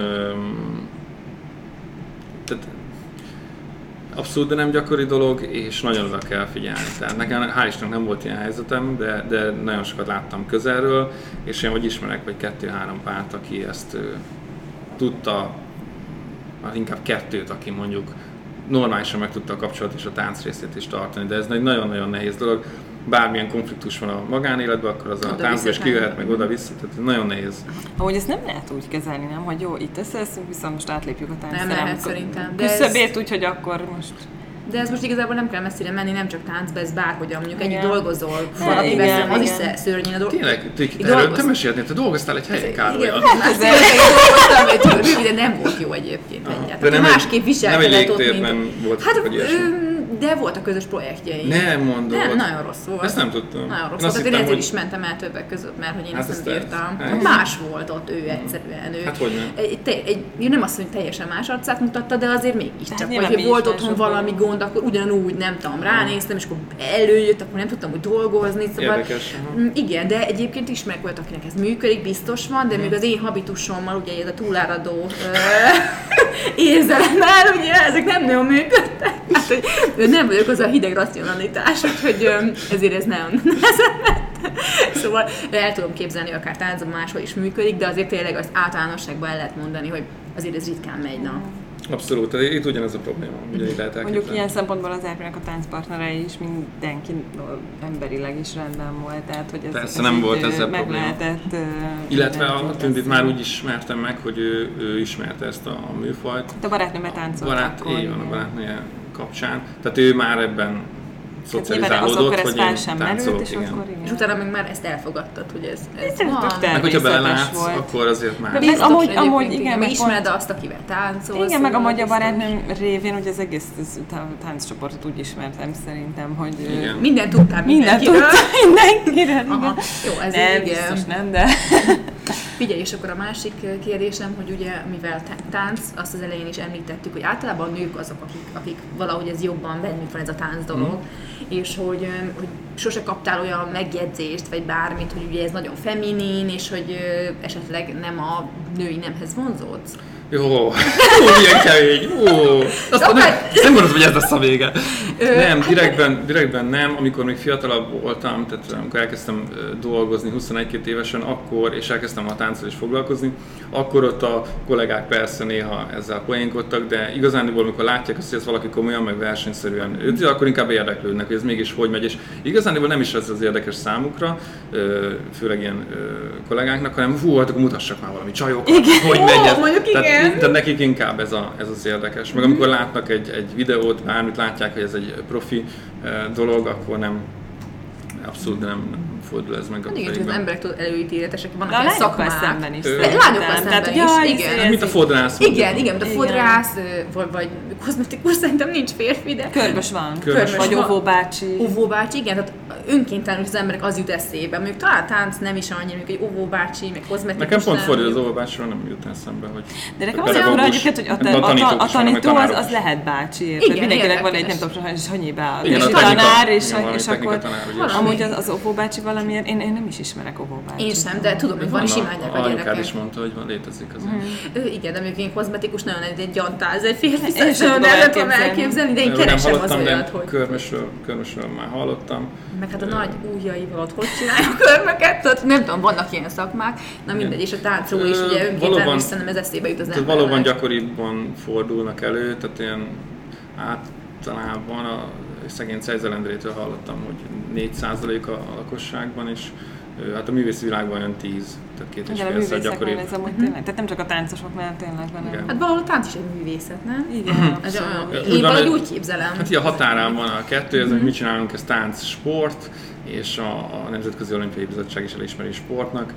Tehát abszolút, de nem gyakori dolog, és nagyon oda kell figyelni. Tehát nekem hál' Istennek nem volt ilyen helyzetem, de, de nagyon sokat láttam közelről, és én vagy ismerek, vagy kettő-három párt, aki ezt uh, tudta, már inkább kettőt, aki mondjuk normálisan meg tudta a kapcsolat és a tánc részét is tartani, de ez egy nagyon-nagyon nehéz dolog. Bármilyen konfliktus van a magánéletben, akkor az a táncba is kijöhet meg oda-vissza, tehát nagyon nehéz. Ahogy ezt nem lehet úgy kezelni, nem? Hogy jó, itt összeszünk, viszont most átlépjük a táncterem. Nem lehet szerintem. Küszöbét, ez... úgyhogy akkor most... De ez most igazából nem kell messzire menni, nem csak táncba, ez bárhogyan, mondjuk együtt igen. dolgozol valakivel, szerintem az is szörnyű a dolog. Tényleg, te, te mesélhetnél, te dolgoztál egy helyen, Károlyal. Hát ez dolgoztam, de nem volt jó egyébként egyáltalán. Másképp viselkedett ott, mint... Hát, de volt a közös projektjeink. Nem mondod. Nem, nagyon rossz volt. Ezt nem tudtam. Nagyon rossz volt, tehát én ezért hogy... is mentem el többek között, mert hogy én hát ezt nem bírtam. Más volt ott ő egyszerűen. Ő. Hát hogy nem? Egy, egy, én nem azt mondom, hogy teljesen más arcát mutatta, de azért mégiscsak. Hogyha volt otthon valami gond, akkor ugyanúgy nem tudom, ránéztem, és akkor előjött, akkor nem tudtam, hogy dolgozni. Szóval, érdekes. Igen, de egyébként ismerek olyat, akinek ez működik, biztos van, de még az én habitusommal, ugye ez a túláradó érzelemmel, ugye ezek nem nagyon működtek. Hát, hogy nem vagyok az a hideg racionalitás, úgyhogy ezért ez nem nehezen. Szóval el tudom képzelni, akár táncban máshol is működik, de azért tényleg az általánosságban el lehet mondani, hogy azért ez ritkán megy. Na. Abszolút, itt ugyanez a probléma, ugyanígy lehet elképzelni. Mondjuk ilyen szempontból az Erpinek a táncpartnerei is mindenki emberileg is rendben volt, tehát hogy ez, persze, ez nem volt ezzel meg probléma. Lehetett, uh, illetve a Tündit már úgy ismertem meg, hogy ő, ő ismerte ezt a műfajt. A barátnőmmel táncolt Barát, akkor. Így van, a barátnője kapcsán. Tehát ő már ebben szocializálódott, hogy én táncolok, és, igen. akkor, igen. És utána meg már ezt elfogadtad, hogy ez, ez van. Meg hogyha belelátsz, akkor azért már... De amúgy, amúgy, igen, meg ismered azt, akivel táncolsz. Igen, meg a magyar barátnőm révén, hogy az egész tánccsoportot úgy ismertem szerintem, hogy... Igen. Mindent tudtál mindenkiről. Mindent tudtál mindenkiről, igen. Jó, ez nem, igen. biztos nem, de... Figyelj, és akkor a másik kérdésem, hogy ugye mivel tánc, azt az elején is említettük, hogy általában a nők azok, akik, akik valahogy ez jobban bennük van ez a tánc dolog, mm. és hogy, hogy sose kaptál olyan megjegyzést, vagy bármit, hogy ugye ez nagyon feminin, és hogy esetleg nem a női nemhez vonzódsz. Jó, ó, milyen kemény, ó, azt nem, nem gondolod, hogy ez lesz a vége. Nem, direktben, direktben nem, amikor még fiatalabb voltam, tehát amikor elkezdtem dolgozni huszonegy-két évesen, akkor, és elkezdtem a tánccal is foglalkozni, akkor ott a kollégák persze néha ezzel poénkodtak, de igazániból, amikor látják azt, hogy ez valaki komolyan, meg versenyszerűen, akkor inkább érdeklődnek, hogy ez mégis hogy megy, és igazániból nem is ez az érdekes számukra, főleg ilyen kollégáknak, hanem hú, hát akkor mutassak már valami csajokat, hogy megy ez. Tehát nekik inkább ez, a, ez az érdekes. Meg amikor látnak egy, egy videót, bármit látják, hogy ez egy profi dolog, akkor nem, abszolút nem, nem fordul ez meg a fejükben. Igen, az emberek tud előítéletesek, vannak ilyen szakmák. Szemben is. Lányokkal szemben is, jaj, igen. Ez mint a fodrász. Igen, igen, mint a fodrász, vagy, vagy kozmetikus, szerintem nincs férfi, de... Körmös van. Körmös vagy óvóbácsi. Óvóbácsi, igen, tehát önkéntelenül az emberek az jut eszébe. Mondjuk talán tánc nem is annyira, mondjuk egy óvóbácsi, meg kozmetikus. Nekem pont fordul, az óvóbácsiról nem jut eszembe, hogy... De nekem az olyan egyébként, hogy a tanító az lehet bácsi. Mindenkinek van egy, nem tudom, hogy Sanyi tanár, és akkor amúgy az óvóbácsi valamiért, én nem is ismerek óvóbácsit. Én sem, de tudom, hogy van, is imádják a gyerekek. Anyukád is mondta, hogy van, létezik az. Ő igen, de mondjuk én kozmetikus nagyon egy gyantáz, egy férfi, szóval nem tudom elképzelni, de én keresem az olyat, hogy... Körmösről, körmösről már hallottam. Meg hát a nagy ujjaival ott hogy csinálja a körmöket, tehát nem tudom, vannak ilyen szakmák, na mindegy, és a táncról is ugye önkéntelen is szerintem ez eszébe jut az embernek. Valóban gyakoribban fordulnak elő, tehát ilyen általában a szegény Cejzelendrétől hallottam, hogy négy százalék a lakosságban, és hát a művészi világban olyan tíz, tehát két és félszer gyakoribb. Ez amúgy tényleg, tehát nem csak a táncosok, mert tényleg van. Igen. Hát valahol a tánc is egy művészet, nem? Igen. Ez a, én valahogy úgy képzelem. Hát így a határán van a kettő, ez, hogy mit csinálunk, ez tánc, sport, és a, a Nemzetközi Olimpiai Bizottság is elismeri sportnak,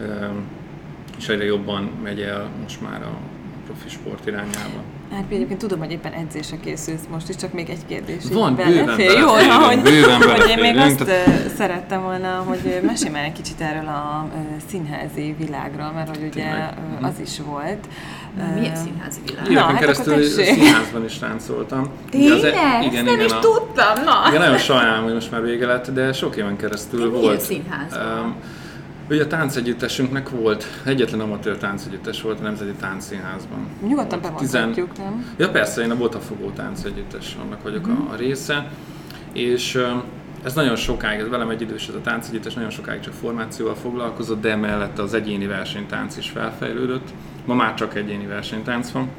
és egyre jobban megy el most már a profi sport irányába. Hát egyébként tudom, hogy éppen edzésre készülsz most is, csak még egy kérdés. Van, bőven belefér. Jó, hogy, bőven hogy én még azt tehát... szerettem volna, hogy mesélj már egy kicsit erről a színházi világról, mert hogy ugye uh, az is volt. Na, milyen színházi világ? Éveken keresztül színházban is táncoltam. Tényleg? Ezt nem is tudtam, na! Igen, nagyon sajnálom, hogy most már vége lett, de sok éven keresztül volt. Milyen színházban? Ugye a táncegyüttesünknek volt, egyetlen amatőr táncegyüttes volt a Nemzeti Táncszínházban. Nyugodtan bemondhatjuk, nem? Ja persze, én a Botafogo táncegyüttes, annak vagyok mm. a, a része, és ez nagyon sokáig, ez velem egy idős ez a táncegyüttes, nagyon sokáig csak formációval foglalkozott, de mellett az egyéni versenytánc is felfejlődött. Ma már csak egyéni versenytánc van,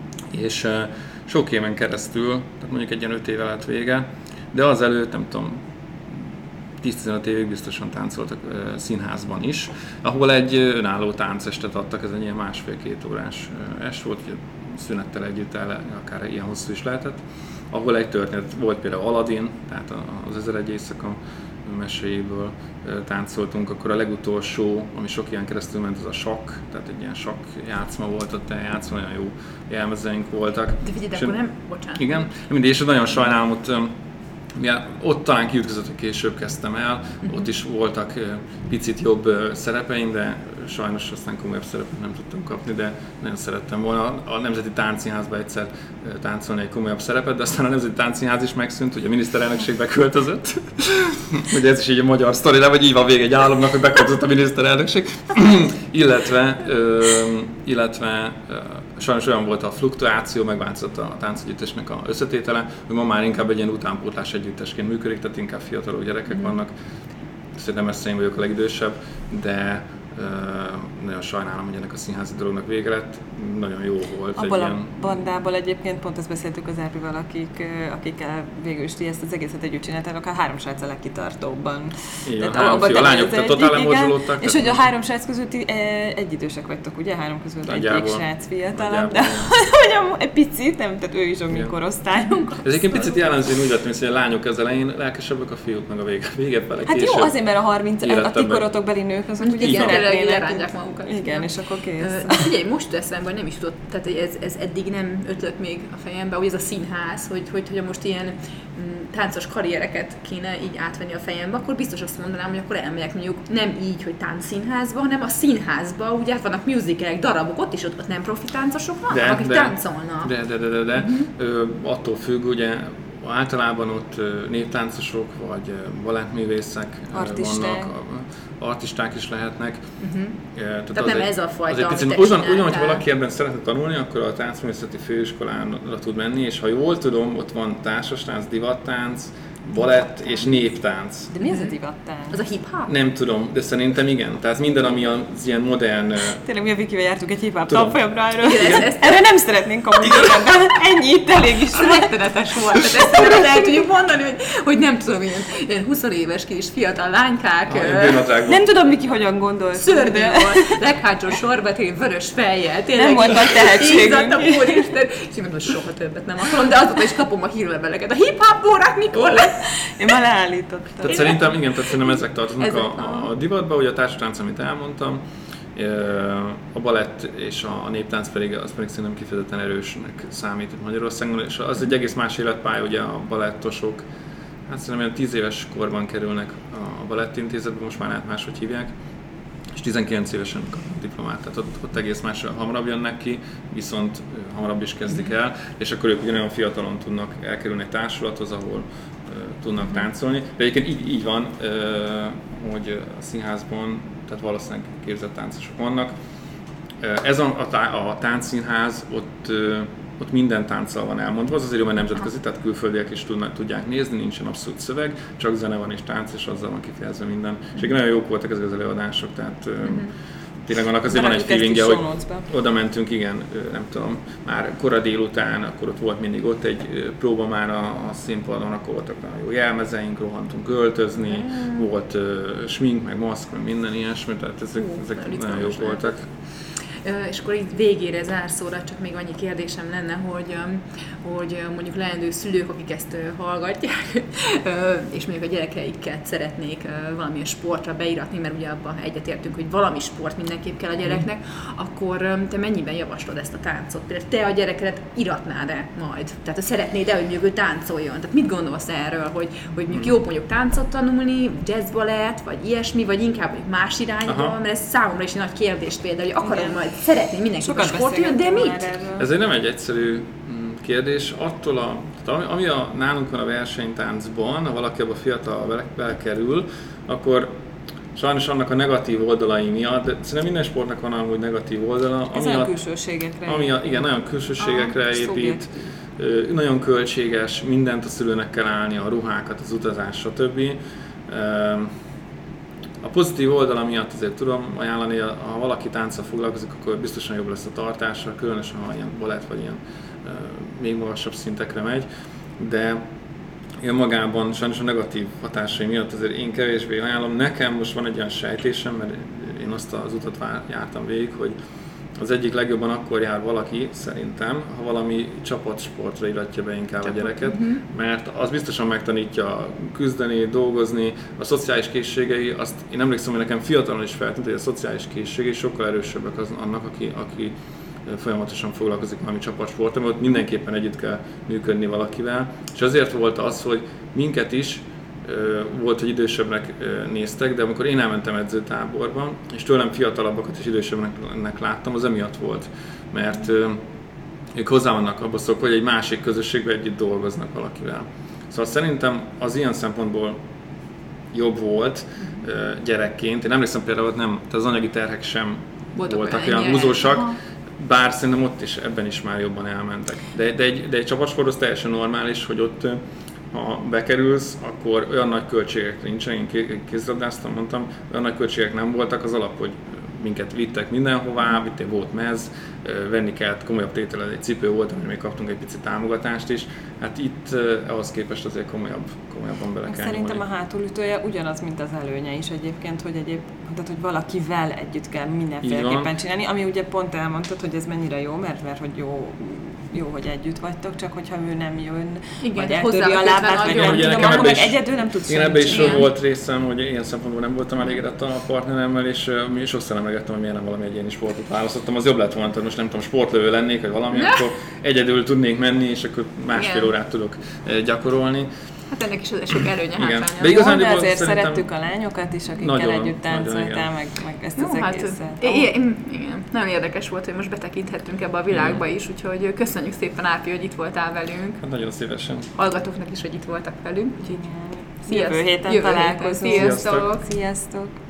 és sok éven keresztül, tehát mondjuk egy ilyen öt éve lett vége, de azelőtt nem tudom, tíz-tizenöt évig biztosan táncoltak uh, színházban is, ahol egy önálló táncestet adtak, ez egy ilyen másfél-két órás uh, est volt, szünettel együtt el, akár ilyen hosszú is lehetett, ahol egy történet volt, például Aladdin, tehát az Ezer egy éjszaka meséjéből uh, táncoltunk, akkor a legutolsó, ami sok ilyen keresztül ment, az a sakk, tehát egy ilyen sakk játszma volt, ott eljátszva, nagyon jó jelmezeink voltak. De figyelj, de akkor nem, bocsánat. Igen, mindig, és nagyon sajnálom, ott um, Ja, ott talán kiütközött, hogy később kezdtem el, uh-huh. ott is voltak uh, picit jobb uh, szerepeim, de sajnos aztán komolyabb szerepet nem tudtam kapni, de nagyon szerettem volna a Nemzeti Táncszínházban egyszer uh, táncolni egy komolyabb szerepet, de aztán a Nemzeti Táncszínház is megszűnt, hogy a miniszterelnökségbe költözött. Ugye ez is így a magyar sztori, vagy így van vége egy államnak, hogy beköltözött a miniszterelnökség. illetve, uh, illetve uh, sajnos olyan volt a fluktuáció, megváltozott a táncegyüttesnek a összetétele, hogy ma már inkább egy ilyen utánpótlás együttesként működik, tehát inkább fiatalok gyerekek mm. vannak. Szerintem messze én vagyok a legidősebb, de uh, nagyon sajnálom, hogy ennek a színházi dolognak vége lett. Nagyon jó volt. Abból egy a ilyen... bandából egyébként pont ezt beszéltük az Áprival, akik, akikkel végül is ezt az egészet együtt csinálták, a három srác a legkitartóbban. Igen, a, három a lányok totál lemorzsolódtak. És hogy a három srác között egyidősek vagytok, ugye? Három között egyik srác fiatalabb, de hogy egy picit, nem, tehát ő is a mi korosztályunk. Ez egyébként picit jellemző, én úgy vettem, hogy a lányok az elején lelkesebbek, a fiúk meg a vége, vége fele hát később. jó, azért, mert a harminc, a ti korotokbeli nők azok ugye tényleg lerántják magukat. Igen, és akkor kész. Uh, figyelj, most eszembe, hogy nem is tudott, tehát ez, ez eddig nem ötlött még a fejembe, hogy ez a színház, hogy, hogy, hogy most ilyen mm, táncos karriereket kéne így átvenni a fejembe, akkor biztos azt mondanám, hogy akkor elmegyek mondjuk nem így, hogy táncszínházba, hanem a színházba, ugye hát vannak musicalek, darabok, ott is ott, ott nem profi táncosok vannak, de, akik de, táncolnak. De, de, de, de, de. Uh-huh. Ö, attól függ, ugye általában ott néptáncosok vagy balettművészek vannak, artisták is lehetnek. Uh-huh. Tehát, Tehát azért, nem ez a fajta, azért picit, ugyan, ugyan, hogy valaki ebben szeretne tanulni, akkor a táncművészeti főiskolára tud menni, és ha jól tudom, ott van társastánc, divattánc, balett és néptánc. De mi ez a divattánc? Az a hip-hop? Nem tudom, de szerintem igen. Tehát minden, ami az ilyen modern... Tényleg mi a Vikivel jártunk egy hip-hop tanfolyamra erről. Ezt, erről nem szeretnénk kommunikálni, ennyi itt elég is. Rettenetes volt. Tehát ezt nem el tudjuk mondani, hogy, hogy nem tudom, ilyen, ilyen húsz éves kis fiatal lánykák. Ah, nem tudom, Viki hogyan gondolt. Szörnyű volt. Leghátsó sorba, tényleg vörös fejjel. Nem volt nagy tehetségünk. És én mondom, soha többet nem akarom, de azóta is kapom a hírleveleket. A hip-hop órák mikor lesz? Én már leállítottam. Tehát szerintem, igen, tehát szerintem ezek tartoznak ezek a, a divatba, ugye a társadalánc, amit elmondtam, a balett és a néptánc pedig, az pedig szerintem kifejezetten erősnek számít itt Magyarországon, és az egy egész más életpálya, ugye a balettosok, hát szerintem olyan tíz éves korban kerülnek a balettintézetbe, most már át máshogy hívják, és tizenkilenc évesen kapnak diplomát, tehát ott, ott egész más, hamarabb jönnek ki, viszont hamarabb is kezdik el, és akkor ők ugyanolyan fiatalon tudnak elkerülni egy társulathoz, ahol uh, tudnak táncolni. De egyébként így, így van, uh, hogy a színházban, tehát valószínűleg képzett táncosok vannak. Uh, ez a, a, a táncszínház, ott, uh, ott minden tánccal van elmondva, az azért jó, mert nemzetközi, tehát külföldiek is tudnak, tudják nézni, nincsen abszolút szöveg, csak zene van és tánc, és azzal van kifejezve minden. És nagyon jók voltak ezek az előadások, tehát uh, uh-huh. tényleg vannak, azért van egy feelingje, hogy oda mentünk, igen, nem tudom, már kora délután, akkor ott volt mindig ott egy próba már a, a színpadon, akkor voltak nagyon jó jelmezeink, rohantunk öltözni, mm. volt uh, smink, meg maszk, meg minden ilyesmi, tehát ezek, uh, ezek nagyon jók voltak. És akkor így végére, zárszóra csak még annyi kérdésem lenne, hogy, hogy mondjuk leendő szülők, akik ezt hallgatják, és mondjuk a gyerekeiket szeretnék valamilyen sportra beiratni, mert ugye abban egyetértünk, hogy valami sport mindenképp kell a gyereknek, akkor te mennyiben javaslod ezt a táncot? Például te a gyerekedet iratnád-e majd? Tehát szeretnéd-e, hogy mondjuk ő táncoljon? Tehát mit gondolsz erről, hogy, hogy mondjuk jobb mondjuk táncot tanulni, jazzbalett, vagy ilyesmi, vagy inkább más irányba, Aha. mert ez számomra is egy nagy kérdés például, hogy akarom majd szeretné mindenki a sportot, de mit? Ez egy nem egy egyszerű kérdés. Attól a, ami a, nálunk van a versenytáncban, ha valaki abba fiatal belekerül, akkor sajnos annak a negatív oldalai miatt, de szerintem minden sportnak van amúgy negatív oldala. Ez olyan külsőségekre ami a, igen, nagyon külsőségekre ah, épít, szubjektív. Nagyon költséges, mindent a szülőnek kell állni, a ruhákat, az utazás, stb. A pozitív oldala miatt azért tudom ajánlani, ha valaki tánccal foglalkozik, akkor biztosan jobb lesz a tartása, különösen ha ilyen balett vagy ilyen uh, még magasabb szintekre megy, de én magában sajnos a negatív hatásai miatt azért én kevésbé ajánlom. Nekem most van egy olyan sejtésem, mert én azt az utat jártam végig, hogy az egyik legjobban akkor jár valaki, szerintem, ha valami csapatsportra iratja be inkább Csapat. a gyereket, uh-huh. mert az biztosan megtanítja küzdeni, dolgozni, a szociális készségei, azt én emlékszem, hogy nekem fiatalon is feltűnt, hogy a szociális készségei sokkal erősebbek az, annak, aki, aki folyamatosan foglalkozik valami csapatsportra, mert ott mindenképpen együtt kell működni valakivel, és azért volt az, hogy minket is volt, hogy idősebbnek néztek, de amikor én elmentem edzőtáborba, és tőlem fiatalabbakat és idősebbnek láttam, az emiatt volt, mert ők hozzá vannak abba szokva, hogy egy másik közösségben együtt dolgoznak valakivel. Szóval szerintem az ilyen szempontból jobb volt gyerekként. Én emlékszem például, hogy nem, az anyagi terhek sem voltak, voltak olyan húzósak, bár szerintem ott is, ebben is már jobban elmentek. De, de egy, de egy csapatsport az teljesen normális, hogy ott ha bekerülsz, akkor olyan nagy költségek nincsen, én kézilabdáztam, mondtam, olyan nagy költségek nem voltak, az alap, hogy minket vittek mindenhová, vittél, volt mez, venni kellett komolyabb tételed, egy cipő volt, hogy még kaptunk egy picit támogatást is. Hát itt ahhoz képest azért komolyabb, komolyabban bele kell Szerintem nyúlni. A hátulütője ugyanaz, mint az előnye is egyébként, hogy, egyéb, tehát, hogy valakivel együtt kell mindenféleképpen csinálni, ami ugye pont elmondtad, hogy ez mennyire jó, mert, mert hogy jó jó, hogy együtt vagytok, csak hogyha ő nem jön, igen, vagy eltöri a lábát, vagy nagyon. nem tudom, akkor meg egyedül nem tudsz én ebben is csinálni. volt részem, hogy ilyen szempontból nem voltam elégedett a partneremmel, és uh, sokszor emlegettem, hogy miért nem valami egyéni sportot választottam. Az jobb lett volna, hogy most nem tudom, sportlövő lennék, vagy valami, akkor egyedül tudnék menni, és akkor másfél igen. órát tudok uh, gyakorolni. Hát ennek is az sok előnye, hátránya. De igazán, Jó, de azért szerintem... szerettük a lányokat is, akikkel nagyon, együtt táncoltál, meg, meg ezt az Jó, hát, egészet. igen, igen, nagyon érdekes volt, hogy most betekinthettünk ebbe a világba is, úgyhogy köszönjük szépen, Ápi, hogy itt voltál velünk. Hát nagyon szívesen. Hallgatóknak is, hogy itt voltak velünk. Úgyhogy Jövő héten jövő találkozunk. Sziasztok! Sziasztok!